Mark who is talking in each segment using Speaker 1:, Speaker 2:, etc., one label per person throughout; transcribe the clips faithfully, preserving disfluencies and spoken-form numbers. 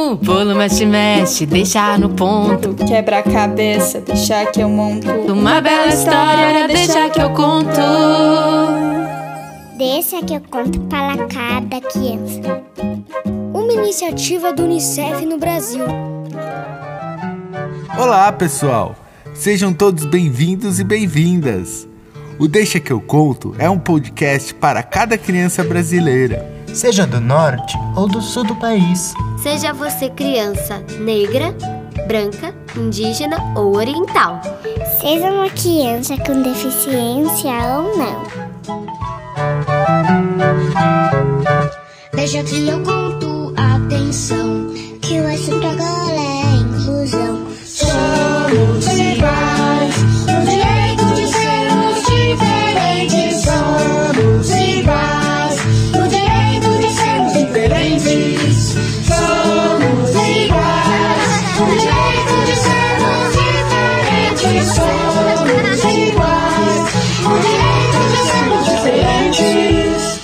Speaker 1: O bolo mexe, mexe, deixa no ponto.
Speaker 2: Quebra a cabeça, deixa que eu monto.
Speaker 1: Uma bela história, deixa que eu conto.
Speaker 3: Deixa que eu conto para cada criança.
Speaker 4: Uma iniciativa do Unicef no Brasil.
Speaker 5: Olá, pessoal! Sejam todos bem-vindos e bem-vindas. O Deixa que eu conto é um podcast para cada criança brasileira.
Speaker 6: Seja do norte ou do sul do país.
Speaker 7: Seja você criança negra, branca, indígena ou oriental.
Speaker 3: Seja uma criança com deficiência ou não.
Speaker 8: Deixa que eu conto, atenção, que o assunto agora é inclusão. Somos iguais, no direito de sermos diferentes. Somos iguais, no direito de sermos diferentes. Somos iguais, no direito de sermos diferentes. Somos iguais, no direito de sermos diferentes.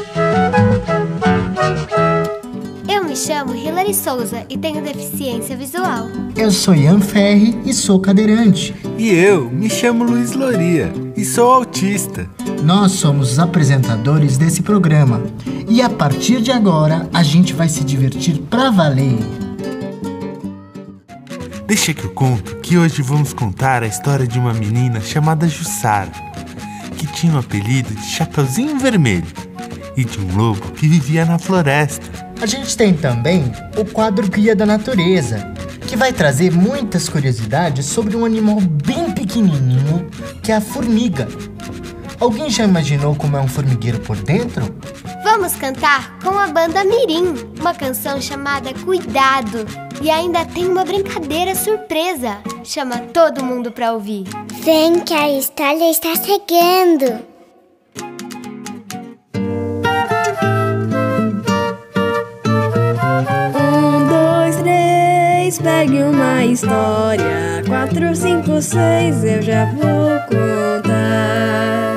Speaker 7: Eu me chamo Hilary Souza e tenho deficiência visual.
Speaker 6: Eu sou Ian Ferri e sou cadeirante.
Speaker 5: E eu me chamo Luiz Loria e sou autista.
Speaker 6: Nós somos os apresentadores desse programa. E a partir de agora, a gente vai se divertir pra valer.
Speaker 5: Deixa que eu conto que hoje vamos contar a história de uma menina chamada Jussara, que tinha o apelido de Chapeuzinho Vermelho, e de um lobo que vivia na floresta.
Speaker 6: A gente tem também o quadro Guia da Natureza, que vai trazer muitas curiosidades sobre um animal bem pequenininho, que é a formiga. Alguém já imaginou como é um formigueiro por dentro?
Speaker 7: Vamos cantar com a banda Mirim, uma canção chamada Cuidado. E ainda tem uma brincadeira surpresa. Chama todo mundo pra ouvir.
Speaker 3: Vem que a história está chegando.
Speaker 4: Pegue uma história, quatro, cinco, seis, eu já vou contar.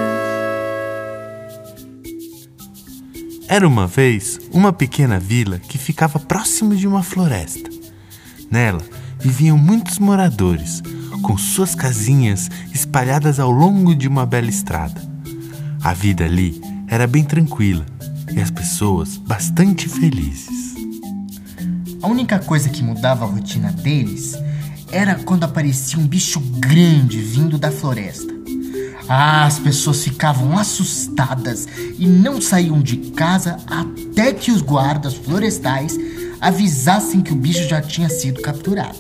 Speaker 5: Era uma vez uma pequena vila que ficava próximo de uma floresta. Nela viviam muitos moradores, com suas casinhas espalhadas ao longo de uma bela estrada. A vida ali era bem tranquila e as pessoas bastante felizes.
Speaker 6: A única coisa que mudava a rotina deles era quando aparecia um bicho grande vindo da floresta. Ah, as pessoas ficavam assustadas e não saíam de casa até que os guardas florestais avisassem que o bicho já tinha sido capturado.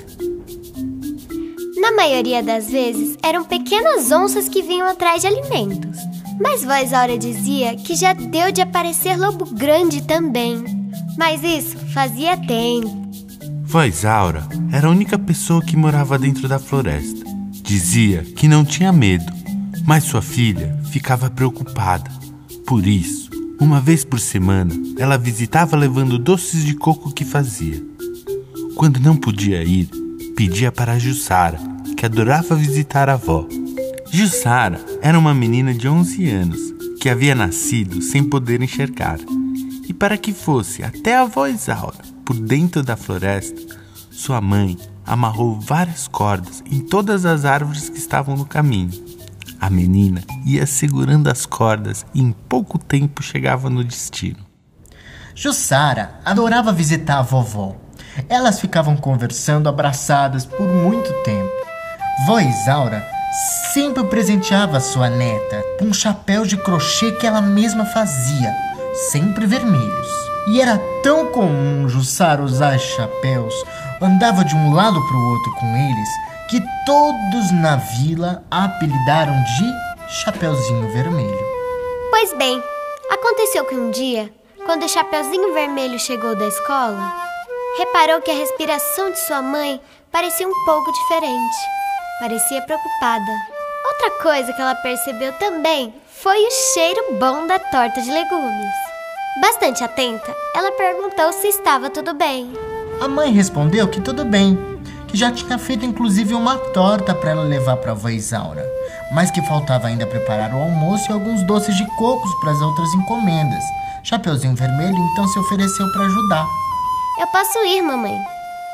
Speaker 7: Na maioria das vezes, eram pequenas onças que vinham atrás de alimentos. Mas Voz Áurea dizia que já deu de aparecer lobo grande também. Mas isso fazia tempo.
Speaker 5: Voz Áurea era a única pessoa que morava dentro da floresta. Dizia que não tinha medo, mas sua filha ficava preocupada. Por isso, uma vez por semana, ela visitava levando doces de coco que fazia. Quando não podia ir, pedia para a Jussara, que adorava visitar a avó. Jussara era uma menina de onze anos, que havia nascido sem poder enxergar. E para que fosse até a Voz Áurea, por dentro da floresta, sua mãe amarrou várias cordas em todas as árvores que estavam no caminho. A menina ia segurando as cordas e em pouco tempo chegava no destino.
Speaker 6: Jussara adorava visitar a vovó. Elas ficavam conversando abraçadas por muito tempo. Voz Áurea sempre presenteava sua neta com um chapéu de crochê que ela mesma fazia, sempre vermelhos. E era tão comum Jussara usar chapéus, andava de um lado para o outro com eles, que todos na vila a apelidaram de Chapeuzinho Vermelho.
Speaker 7: Pois bem, aconteceu que um dia, quando o Chapeuzinho Vermelho chegou da escola, reparou que a respiração de sua mãe parecia um pouco diferente. Parecia preocupada. Outra coisa que ela percebeu também foi o cheiro bom da torta de legumes. Bastante atenta, ela perguntou se estava tudo bem.
Speaker 6: A mãe respondeu que tudo bem, que já tinha feito inclusive uma torta para ela levar para a Voz Áurea, mas que faltava ainda preparar o almoço e alguns doces de cocos para as outras encomendas. Chapeuzinho Vermelho então se ofereceu para ajudar.
Speaker 7: Eu posso ir, mamãe,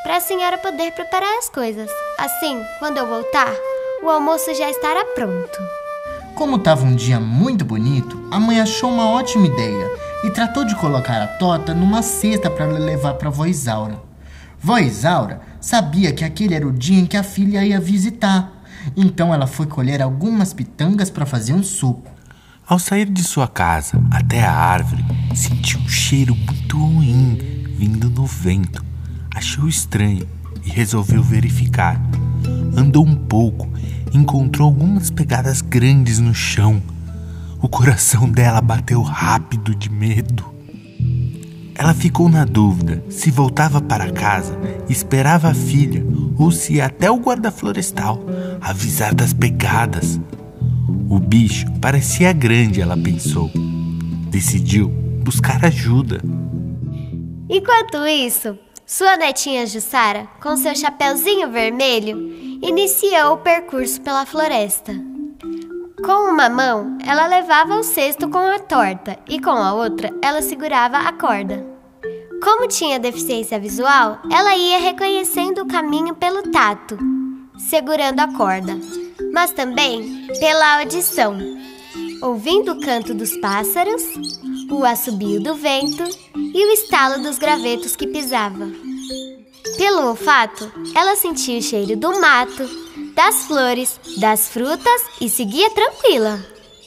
Speaker 7: para a senhora poder preparar as coisas. Assim, quando eu voltar, o almoço já estará pronto.
Speaker 6: Como estava um dia muito bonito, a mãe achou uma ótima ideia e tratou de colocar a torta numa cesta para levar para a vó Isaura. Vó Isaura sabia que aquele era o dia em que a filha ia visitar, então ela foi colher algumas pitangas para fazer um suco.
Speaker 5: Ao sair de sua casa até a árvore, sentiu um cheiro muito ruim vindo no vento. Achou estranho e resolveu verificar. Andou um pouco e encontrou algumas pegadas grandes no chão. O coração dela bateu rápido de medo. Ela ficou na dúvida se voltava para casa e esperava a filha ou se ia até o guarda florestal avisar das pegadas. O bicho parecia grande, ela pensou. Decidiu buscar ajuda.
Speaker 7: Enquanto isso, sua netinha Jussara, com seu chapeuzinho vermelho, iniciou o percurso pela floresta. Com uma mão, ela levava o cesto com a torta e com a outra, ela segurava a corda. Como tinha deficiência visual, ela ia reconhecendo o caminho pelo tato, segurando a corda, mas também pela audição, ouvindo o canto dos pássaros, o assobio do vento e o estalo dos gravetos que pisava. Pelo olfato, ela sentia o cheiro do mato, das flores, das frutas e seguia tranquila.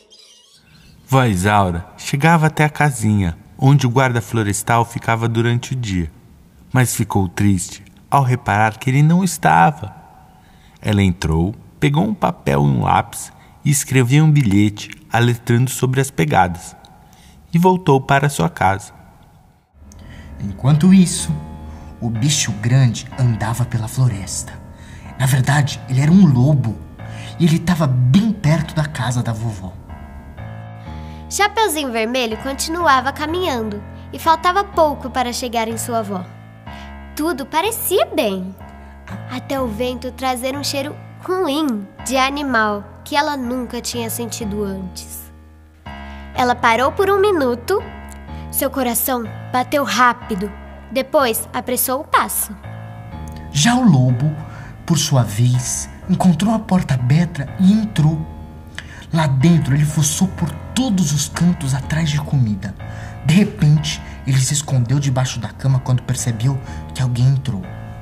Speaker 5: Vó Isaura chegava até a casinha, onde o guarda florestal ficava durante o dia, mas ficou triste ao reparar que ele não estava. Ela entrou, pegou um papel e um lápis e escreveu um bilhete aletrando sobre as pegadas, e voltou para sua casa.
Speaker 6: Enquanto isso, o bicho grande andava pela floresta. Na verdade, ele era um lobo e ele estava bem perto da casa da vovó.
Speaker 7: Chapeuzinho Vermelho continuava caminhando e faltava pouco para chegar em sua avó. Tudo parecia bem, até o vento trazer um cheiro ruim de animal que ela nunca tinha sentido antes. Ela parou por um minuto, seu coração bateu rápido, depois apressou o passo.
Speaker 6: Já o lobo, por sua vez, encontrou a porta aberta e entrou. Lá dentro ele fuçou por todos os cantos atrás de comida. De repente, ele se escondeu debaixo da cama quando percebeu que alguém entrou.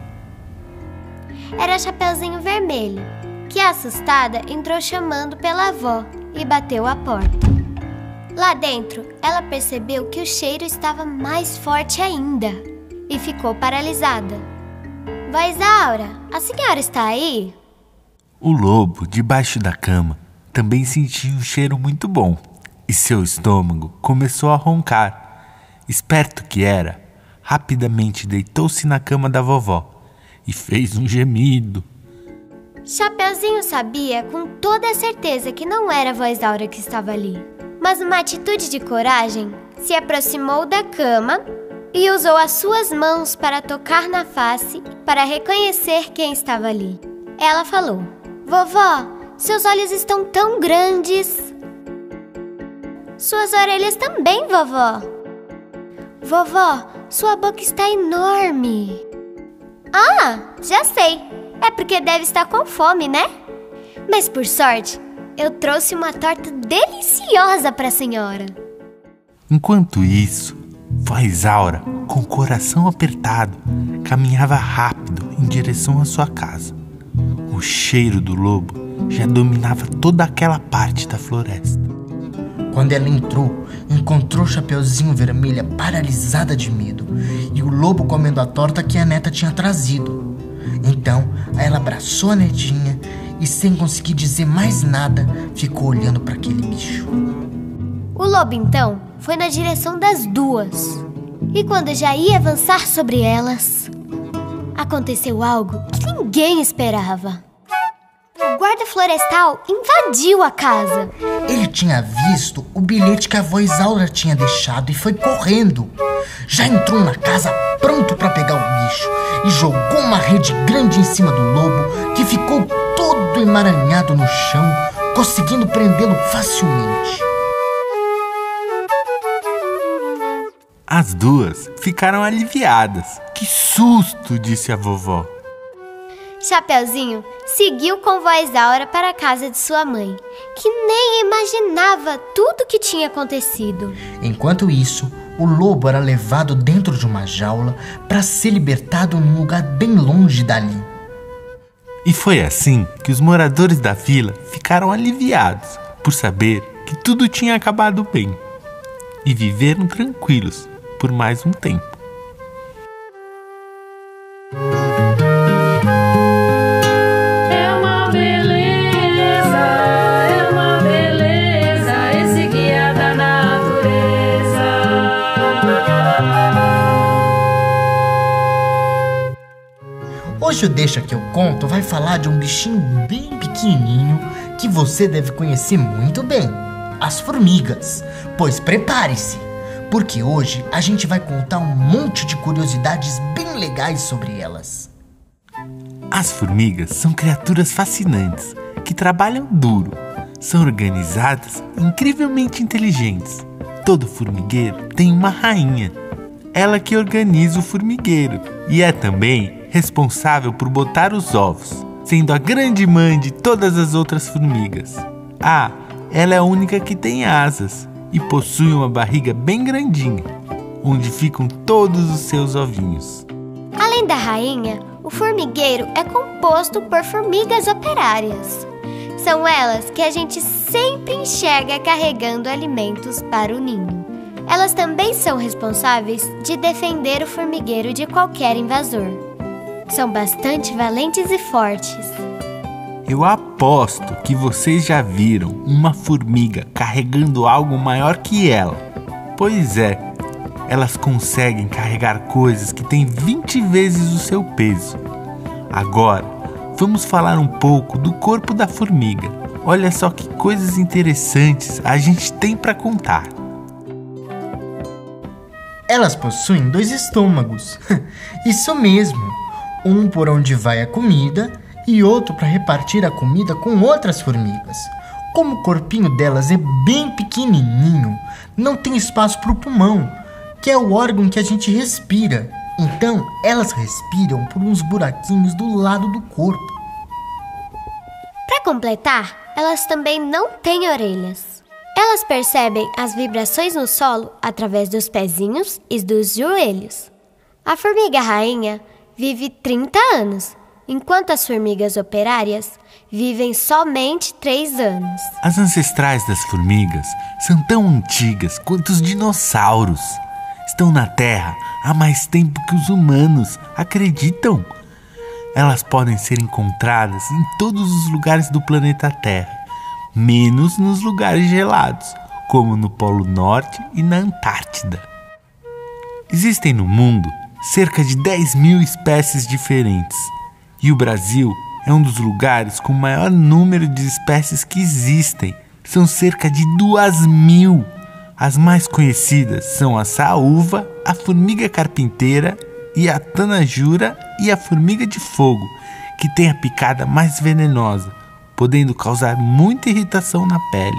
Speaker 7: Era Chapeuzinho Vermelho, que assustada entrou chamando pela avó e bateu a porta. Lá dentro, ela percebeu que o cheiro estava mais forte ainda e ficou paralisada. Vó Isaura, a senhora está aí?
Speaker 5: O lobo, debaixo da cama, também sentia um cheiro muito bom e seu estômago começou a roncar. Esperto que era, rapidamente deitou-se na cama da vovó e fez um gemido.
Speaker 7: Chapeuzinho sabia com toda a certeza que não era a Vó Isaura que estava ali, mas numa atitude de coragem, se aproximou da cama e usou as suas mãos para tocar na face para reconhecer quem estava ali. Ela falou: "Vovó, seus olhos estão tão grandes." "Suas orelhas também, vovó." "Vovó, sua boca está enorme." "Ah, já sei. É porque deve estar com fome, né? Mas por sorte, eu trouxe uma torta deliciosa para a senhora."
Speaker 5: Enquanto isso, Vó Isaura, com o coração apertado, caminhava rápido em direção à sua casa. O cheiro do lobo já dominava toda aquela parte da floresta.
Speaker 6: Quando ela entrou, encontrou Chapeuzinho Vermelha paralisada de medo e o lobo comendo a torta que a neta tinha trazido. Então, ela abraçou a netinha e, sem conseguir dizer mais nada, ficou olhando para aquele bicho.
Speaker 7: O lobo, então, foi na direção das duas. E quando já ia avançar sobre elas, aconteceu algo que ninguém esperava. O guarda florestal invadiu a casa.
Speaker 6: Ele tinha visto o bilhete que a Vó Isaura tinha deixado e foi correndo. Já entrou na casa pronto para pegar o bicho e jogou uma rede grande em cima do lobo, que ficou todo emaranhado no chão, conseguindo prendê-lo facilmente.
Speaker 5: As duas ficaram aliviadas. Que susto, disse a vovó.
Speaker 7: Chapeuzinho seguiu com vó Isaura para a casa de sua mãe, que nem imaginava tudo o que tinha acontecido.
Speaker 6: Enquanto isso, o lobo era levado dentro de uma jaula para ser libertado num lugar bem longe dali.
Speaker 5: E foi assim que os moradores da vila ficaram aliviados por saber que tudo tinha acabado bem e viveram tranquilos por mais um tempo.
Speaker 1: É uma beleza, é uma beleza, esse guia da natureza.
Speaker 6: Hoje o Deixa Que Eu Conto vai falar de um bichinho bem pequenininho que você deve conhecer muito bem, as formigas. Pois prepare-se, porque hoje a gente vai contar um monte de curiosidades bem legais sobre elas.
Speaker 5: As formigas são criaturas fascinantes que trabalham duro, são organizadas e incrivelmente inteligentes. Todo formigueiro tem uma rainha, ela que organiza o formigueiro e é também responsável por botar os ovos, sendo a grande mãe de todas as outras formigas. Ah, ela é a única que tem asas e possui uma barriga bem grandinha, onde ficam todos os seus ovinhos.
Speaker 7: Além da rainha, o formigueiro é composto por formigas operárias. São elas que a gente sempre enxerga carregando alimentos para o ninho. Elas também são responsáveis de defender o formigueiro de qualquer invasor. São bastante valentes e fortes.
Speaker 5: Eu aposto que vocês já viram uma formiga carregando algo maior que ela. Pois é, elas conseguem carregar coisas que têm vinte vezes o seu peso. Agora, vamos falar um pouco do corpo da formiga. Olha só que coisas interessantes a gente tem para contar.
Speaker 6: Elas possuem dois estômagos. Isso mesmo, um por onde vai a comida e outro para repartir a comida com outras formigas. Como o corpinho delas é bem pequenininho, não tem espaço para o pulmão, que é o órgão que a gente respira. Então, elas respiram por uns buraquinhos do lado do corpo.
Speaker 7: Para completar, elas também não têm orelhas. Elas percebem as vibrações no solo através dos pezinhos e dos joelhos. A formiga rainha vive trinta anos, enquanto as formigas operárias vivem somente três anos.
Speaker 5: As ancestrais das formigas são tão antigas quanto os dinossauros. Estão na Terra há mais tempo que os humanos, acreditam? Elas podem ser encontradas em todos os lugares do planeta Terra, menos nos lugares gelados, como no Polo Norte e na Antártida. Existem no mundo cerca de dez mil espécies diferentes, e o Brasil é um dos lugares com o maior número de espécies que existem. São cerca de duas mil. As mais conhecidas são a saúva, a formiga carpinteira e a tanajura e a formiga de fogo, que tem a picada mais venenosa, podendo causar muita irritação na pele.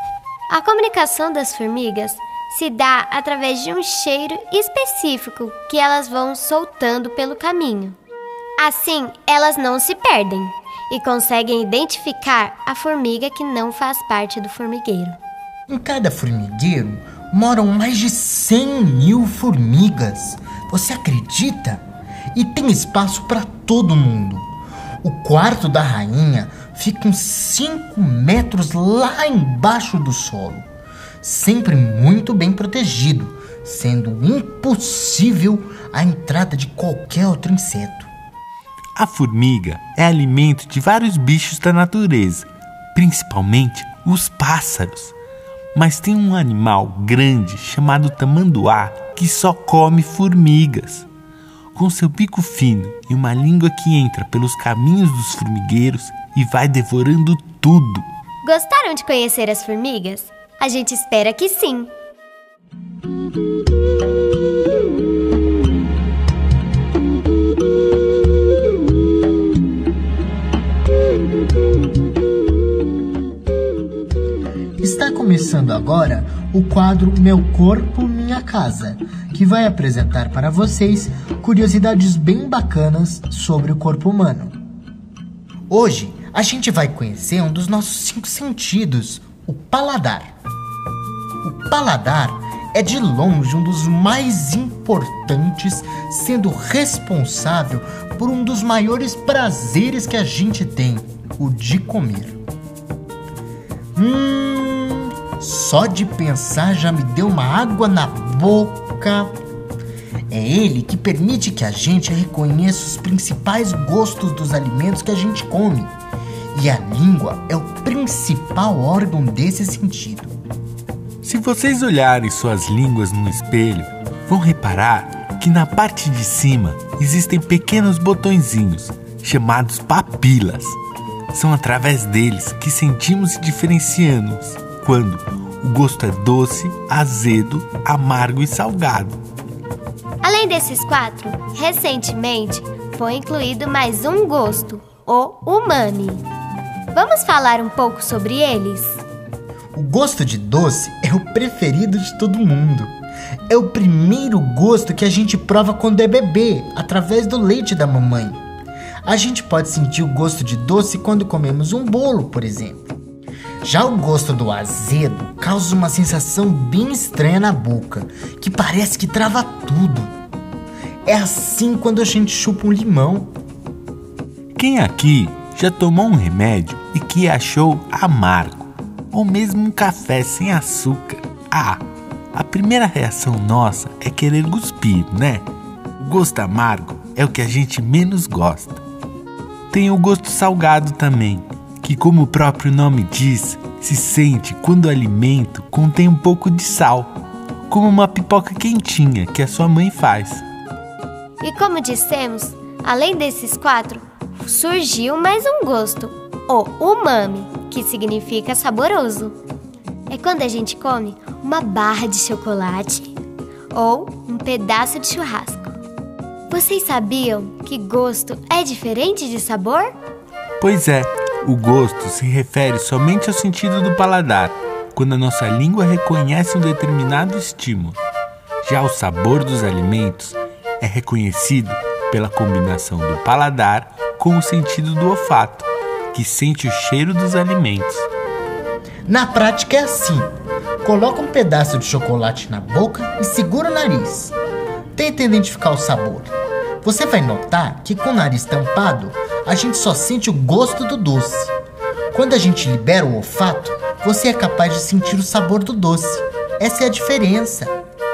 Speaker 7: A comunicação das formigas se dá através de um cheiro específico que elas vão soltando pelo caminho. Assim, elas não se perdem e conseguem identificar a formiga que não faz parte do formigueiro.
Speaker 6: Em cada formigueiro moram mais de cem mil formigas. Você acredita? E tem espaço para todo mundo. O quarto da rainha fica uns cinco metros lá embaixo do solo, sempre muito bem protegido, sendo impossível a entrada de qualquer outro inseto.
Speaker 5: A formiga é alimento de vários bichos da natureza, principalmente os pássaros. Mas tem um animal grande chamado tamanduá que só come formigas. Com seu bico fino e uma língua que entra pelos caminhos dos formigueiros e vai devorando tudo.
Speaker 7: Gostaram de conhecer as formigas? A gente espera que sim!
Speaker 6: Está começando agora o quadro Meu Corpo, Minha casa, que vai apresentar para vocês curiosidades bem bacanas sobre o corpo humano. Hoje, a gente vai conhecer um dos nossos cinco sentidos, o paladar. O paladar é de longe um dos mais importantes, sendo responsável por um dos maiores prazeres que a gente tem, o de comer. Hum, só de pensar já me deu uma água na boca. É ele que permite que a gente reconheça os principais gostos dos alimentos que a gente come. E a língua é o principal órgão desse sentido.
Speaker 5: Se vocês olharem suas línguas no espelho, vão reparar que na parte de cima existem pequenos botõezinhos, chamados papilas. São através deles que sentimos e diferenciamos quando o gosto é doce, azedo, amargo e salgado.
Speaker 7: Além desses quatro, recentemente foi incluído mais um gosto, o umami. Vamos falar um pouco sobre eles?
Speaker 6: O gosto de doce é o preferido de todo mundo. É o primeiro gosto que a gente prova quando é bebê, através do leite da mamãe. A gente pode sentir o gosto de doce quando comemos um bolo, por exemplo. Já o gosto do azedo causa uma sensação bem estranha na boca, que parece que trava tudo. É assim quando a gente chupa um limão.
Speaker 5: Quem aqui já tomou um remédio e que achou amargo? Ou mesmo um café sem açúcar? Ah, a primeira reação nossa é querer cuspir, né? O gosto amargo é o que a gente menos gosta. Tem o gosto salgado também, que, como o próprio nome diz, se sente quando o alimento contém um pouco de sal, como uma pipoca quentinha que a sua mãe faz.
Speaker 7: E como dissemos, além desses quatro, surgiu mais um gosto, o umami, que significa saboroso. É quando a gente come uma barra de chocolate ou um pedaço de churrasco. Vocês sabiam que gosto é diferente de sabor?
Speaker 5: Pois é, o gosto se refere somente ao sentido do paladar, quando a nossa língua reconhece um determinado estímulo. Já o sabor dos alimentos é reconhecido pela combinação do paladar com o sentido do olfato, que sente o cheiro dos alimentos.
Speaker 6: Na prática é assim: coloca um pedaço de chocolate na boca e segura o nariz. Tenta identificar o sabor. Você vai notar que com o nariz tampado, a gente só sente o gosto do doce. Quando a gente libera o olfato, você é capaz de sentir o sabor do doce. Essa é a diferença.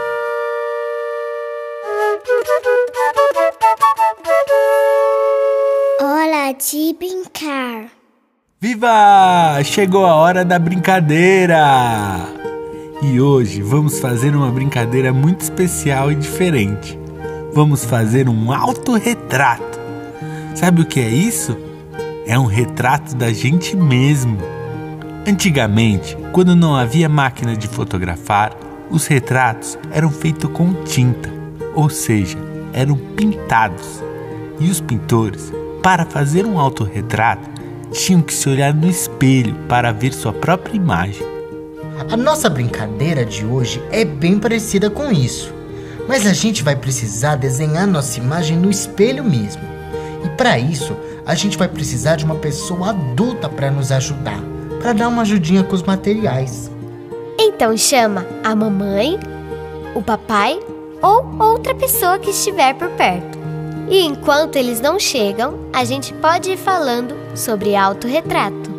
Speaker 3: Hora de brincar.
Speaker 5: Viva! Chegou a hora da brincadeira! E hoje vamos fazer uma brincadeira muito especial e diferente. Vamos fazer um autorretrato. Sabe o que é isso? É um retrato da gente mesmo. Antigamente, quando não havia máquina de fotografar, os retratos eram feitos com tinta, ou seja, eram pintados. E os pintores, para fazer um autorretrato, tinham que se olhar no espelho para ver sua própria imagem.
Speaker 6: A nossa brincadeira de hoje é bem parecida com isso, mas a gente vai precisar desenhar nossa imagem no espelho mesmo. E para isso, a gente vai precisar de uma pessoa adulta para nos ajudar, para dar uma ajudinha com os materiais.
Speaker 7: Então chama a mamãe, o papai ou outra pessoa que estiver por perto. E enquanto eles não chegam, a gente pode ir falando sobre autorretrato.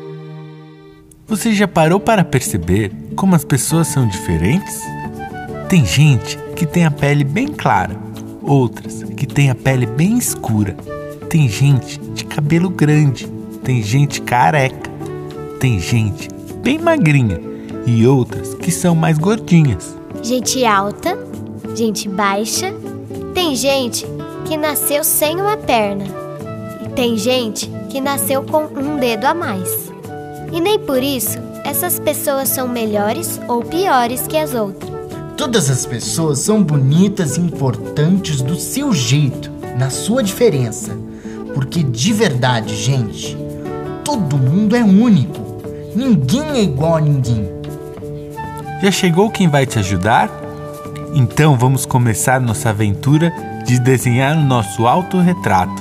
Speaker 5: Você já parou para perceber como as pessoas são diferentes? Tem gente que tem a pele bem clara, outras que tem a pele bem escura. Tem gente de cabelo grande, tem gente careca, tem gente bem magrinha e outras que são mais gordinhas.
Speaker 7: Gente alta, gente baixa, tem gente que nasceu sem uma perna e tem gente que nasceu com um dedo a mais. E nem por isso essas pessoas são melhores ou piores que as outras.
Speaker 6: Todas as pessoas são bonitas e importantes do seu jeito, na sua diferença. Porque de verdade, gente, todo mundo é único. Ninguém é igual a ninguém.
Speaker 5: Já chegou quem vai te ajudar? Então vamos começar nossa aventura de desenhar o nosso autorretrato.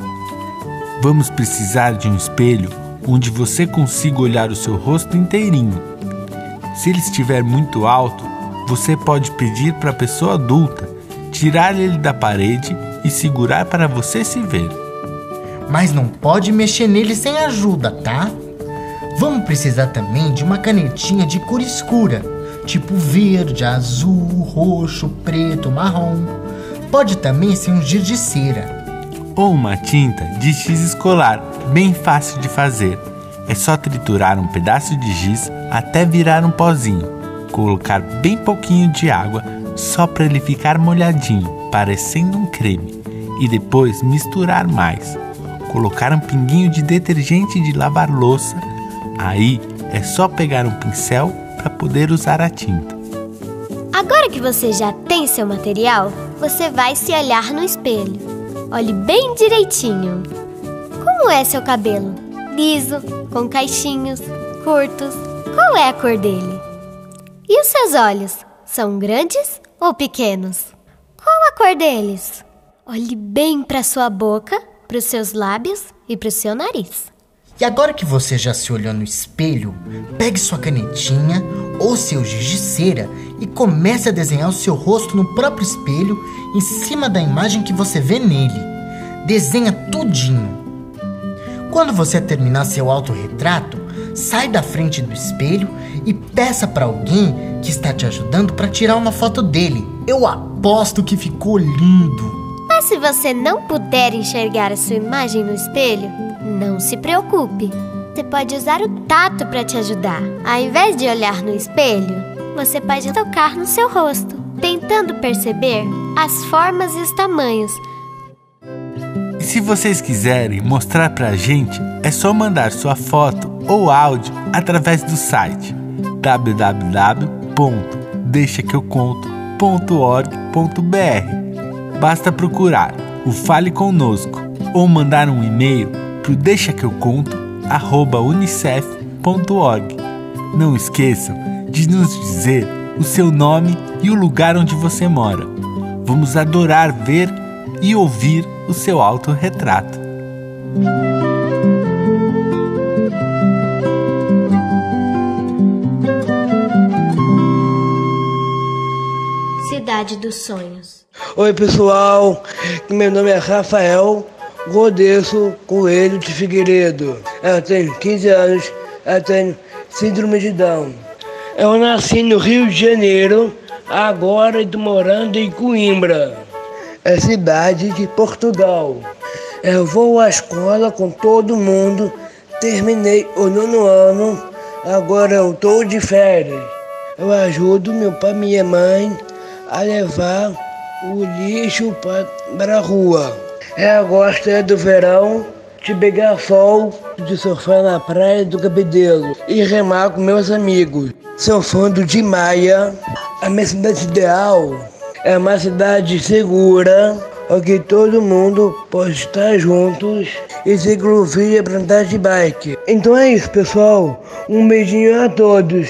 Speaker 5: Vamos precisar de um espelho onde você consiga olhar o seu rosto inteirinho. Se ele estiver muito alto, você pode pedir para a pessoa adulta tirar ele da parede e segurar para você se ver.
Speaker 6: Mas não pode mexer nele sem ajuda, tá? Vamos precisar também de uma canetinha de cor escura, tipo verde, azul, roxo, preto, marrom. Pode também ser um giz de cera.
Speaker 5: Ou uma tinta de giz escolar, bem fácil de fazer. É só triturar um pedaço de giz até virar um pozinho. Colocar bem pouquinho de água, só para ele ficar molhadinho, parecendo um creme. E depois misturar mais. Colocar um pinguinho de detergente de lavar louça. Aí é só pegar um pincel para poder usar a tinta.
Speaker 7: Agora que você já tem seu material, você vai se olhar no espelho. Olhe bem direitinho. Como é seu cabelo? Liso, com caixinhos, curtos? Qual é a cor dele? E os seus olhos? São grandes ou pequenos? Qual a cor deles? Olhe bem para sua boca, para os seus lábios e para o seu nariz.
Speaker 6: E agora que você já se olhou no espelho, pegue sua canetinha ou seu giz de cera e comece a desenhar o seu rosto no próprio espelho, em cima da imagem que você vê nele. Desenha tudinho. Quando você terminar seu autorretrato, sai da frente do espelho e peça para alguém que está te ajudando para tirar uma foto dele. Eu aposto que ficou lindo.
Speaker 7: Mas se você não puder enxergar a sua imagem no espelho, não se preocupe. Você pode usar o tato para te ajudar. Ao invés de olhar no espelho, você pode tocar no seu rosto, tentando perceber as formas e os tamanhos.
Speaker 5: E se vocês quiserem mostrar pra gente, é só mandar sua foto ou áudio através do site w w w ponto deixa que eu conto ponto org ponto b r. Basta procurar o Fale Conosco ou mandar um e-mail pro deixa que eu conto arroba unicef ponto org. Não esqueçam de nos dizer o seu nome e o lugar onde você mora. Vamos adorar ver e ouvir o seu autorretrato.
Speaker 7: Cidade dos Sonhos.
Speaker 9: Oi pessoal, meu nome é Rafael Godesso Coelho de Figueiredo. Eu tenho quinze anos, eu tenho síndrome de Down. Eu nasci no Rio de Janeiro, agora estou morando em Coimbra, é cidade de Portugal. Eu vou à escola com todo mundo, terminei o nono ano, agora eu estou de férias. Eu ajudo meu pai e minha mãe a levar o lixo para a rua. Eu gosto é do verão, de pegar sol, de surfar na praia do Cabedelo e remar com meus amigos. Sou fã do Tim Maia. A minha cidade ideal é uma cidade segura, onde todo mundo pode estar juntos e ciclovia para andar de bike. Então é isso, pessoal. Um beijinho a todos.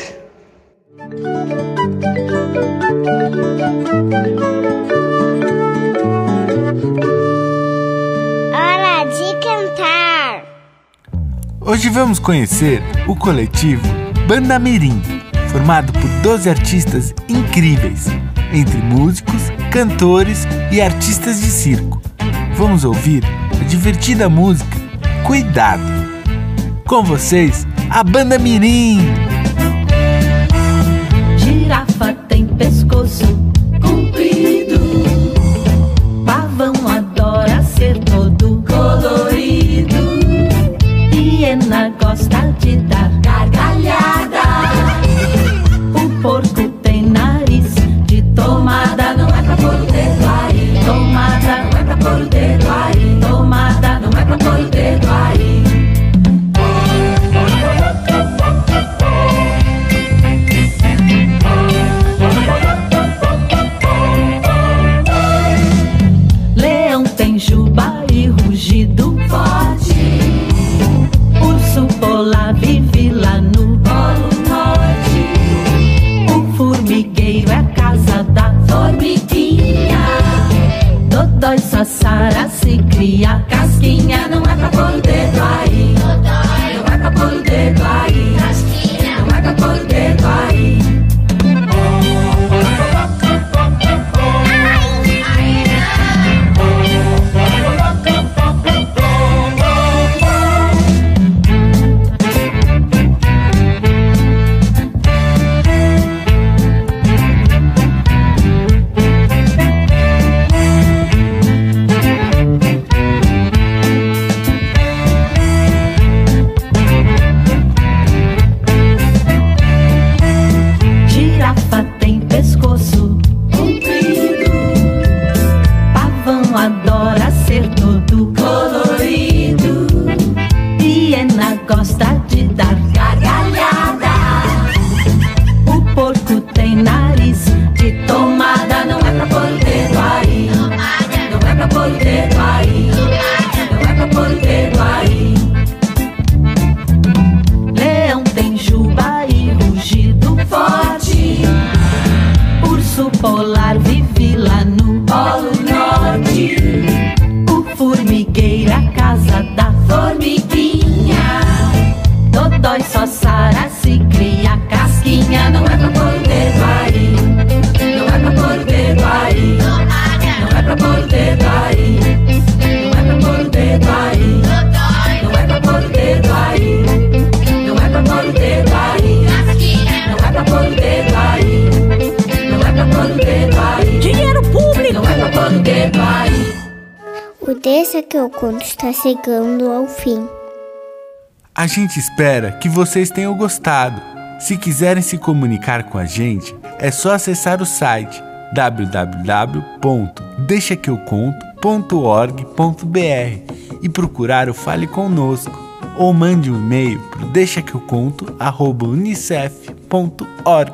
Speaker 3: Hora de cantar.
Speaker 5: Hoje vamos conhecer o coletivo Banda Mirim, formado por doze artistas incríveis, entre músicos, cantores e artistas de circo. Vamos ouvir a divertida música Cuidado. Com vocês, a Banda Mirim.
Speaker 1: Girafa tem pescoço comprido, pavão adora ser todo colorido, hiena gosta de dar gargalhada, o porco tem nariz de tomada, não é pra pôr o dedo aí, tomada não é pra pôr o dedo aí, tomada não é pra pôr o dedo aí. casquinha não é pra pôr o dedo aí. Não é pra pôr o dedo aí. Não é pra pôr o dedo aí. Gosta de dar gargalhada. O porco tem nariz de tomada. Não é pra pôr o dedo aí. Não é pra pôr o dedo aí. Não é pra pôr o dedo aí. Leão tem juba e rugido forte. Urso polar vive lá no Polo Norte. O formigueiro, a casa da formiguinha. Dodói só sara se cria casquinha. Não é pra pôr o dedo aí. Não é pra pôr o dedo aí. Não é pra pôr o dedo aí. Não é pra pôr o dedo aí. Não é pra pôr o dedo aí. Não é pra pôr o dedo aí. Não é pra pôr o dedo aí. Não é pra pôr o dedo aí. Dinheiro público. Não é pra pôr o dedo aí.
Speaker 3: O Deixa que eu conto está chegando ao fim.
Speaker 5: A gente espera que vocês tenham gostado. Se quiserem se comunicar com a gente, é só acessar o site w w w ponto deixa que eu conto ponto org ponto b r e procurar o Fale Conosco, ou mande um e-mail para o deixa que eu conto arroba unicef ponto org.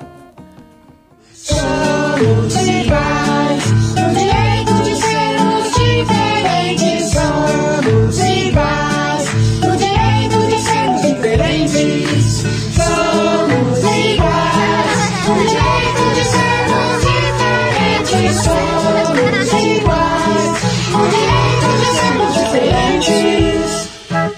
Speaker 8: Somos iguais, no direito de sermos diferentes. Somos iguais, no direito de sermos diferentes. Somos iguais, no direito de sermos diferentes. Somos iguais, no direito de sermos diferentes.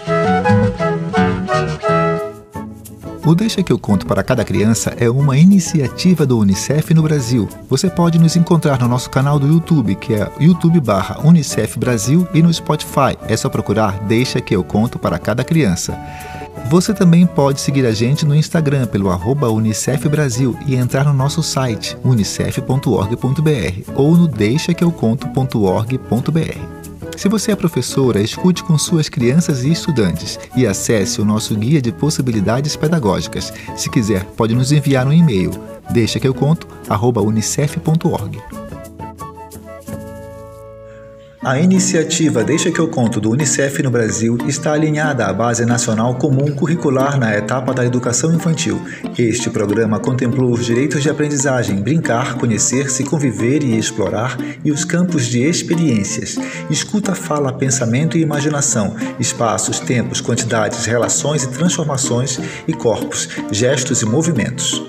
Speaker 10: O Deixa que eu conto para cada criança é uma iniciativa do Unicef no Brasil. Você pode nos encontrar no nosso canal do YouTube, que é youtube barra Unicef Brasil, e no Spotify. É só procurar Deixa que eu conto para cada criança. Você também pode seguir a gente no Instagram pelo arroba Unicef Brasil e entrar no nosso site unicef ponto org ponto b r ou no deixa que eu conto ponto org ponto b r. Se você é professora, escute com suas crianças e estudantes e acesse o nosso guia de possibilidades pedagógicas. Se quiser, pode nos enviar um e-mail, deixa que eu conto arroba unicef ponto org. A iniciativa Deixa que eu conto do Unicef no Brasil está alinhada à Base Nacional Comum Curricular na etapa da educação infantil. Este programa contemplou os direitos de aprendizagem, brincar, conhecer-se, conviver e explorar, e os campos de experiências. Escuta, fala, pensamento e imaginação, espaços, tempos, quantidades, relações e transformações, e corpos, gestos e movimentos.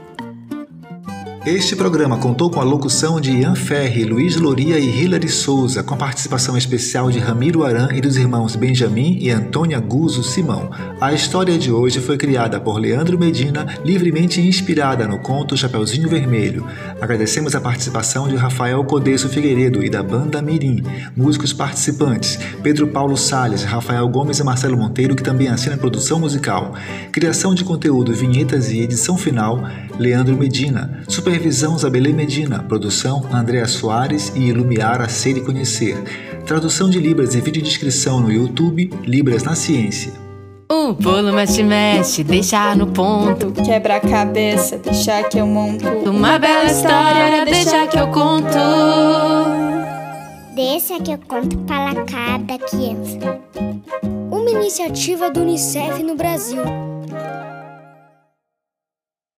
Speaker 10: Este programa contou com a locução de Ian Ferri, Luiz Loria e Hilary Souza, com participação especial de Ramiro Aran e dos irmãos Benjamin e Antônia Guzzo Simão. A história de hoje foi criada por Leandro Medina, livremente inspirada no conto Chapeuzinho Vermelho. Agradecemos a participação de Rafael Codesso Figueiredo e da Banda Mirim. Músicos participantes: Pedro Paulo Salles, Rafael Gomes e Marcelo Monteiro, que também assina a produção musical. Criação de conteúdo, vinhetas e edição final, Leandro Medina. Super Supervisão Zabelê Medina, produção Andréa Soares e Ilumiar Ser e Conhecer. Tradução de Libras e videodescrição no YouTube, Libras na Ciência.
Speaker 2: O bolo mexe-mexe, deixar no ponto. Quebra a cabeça, deixar que eu monto. Uma bela história, deixar que eu conto.
Speaker 3: Deixa que eu conto para cada criança.
Speaker 4: Uma iniciativa do Unicef no Brasil.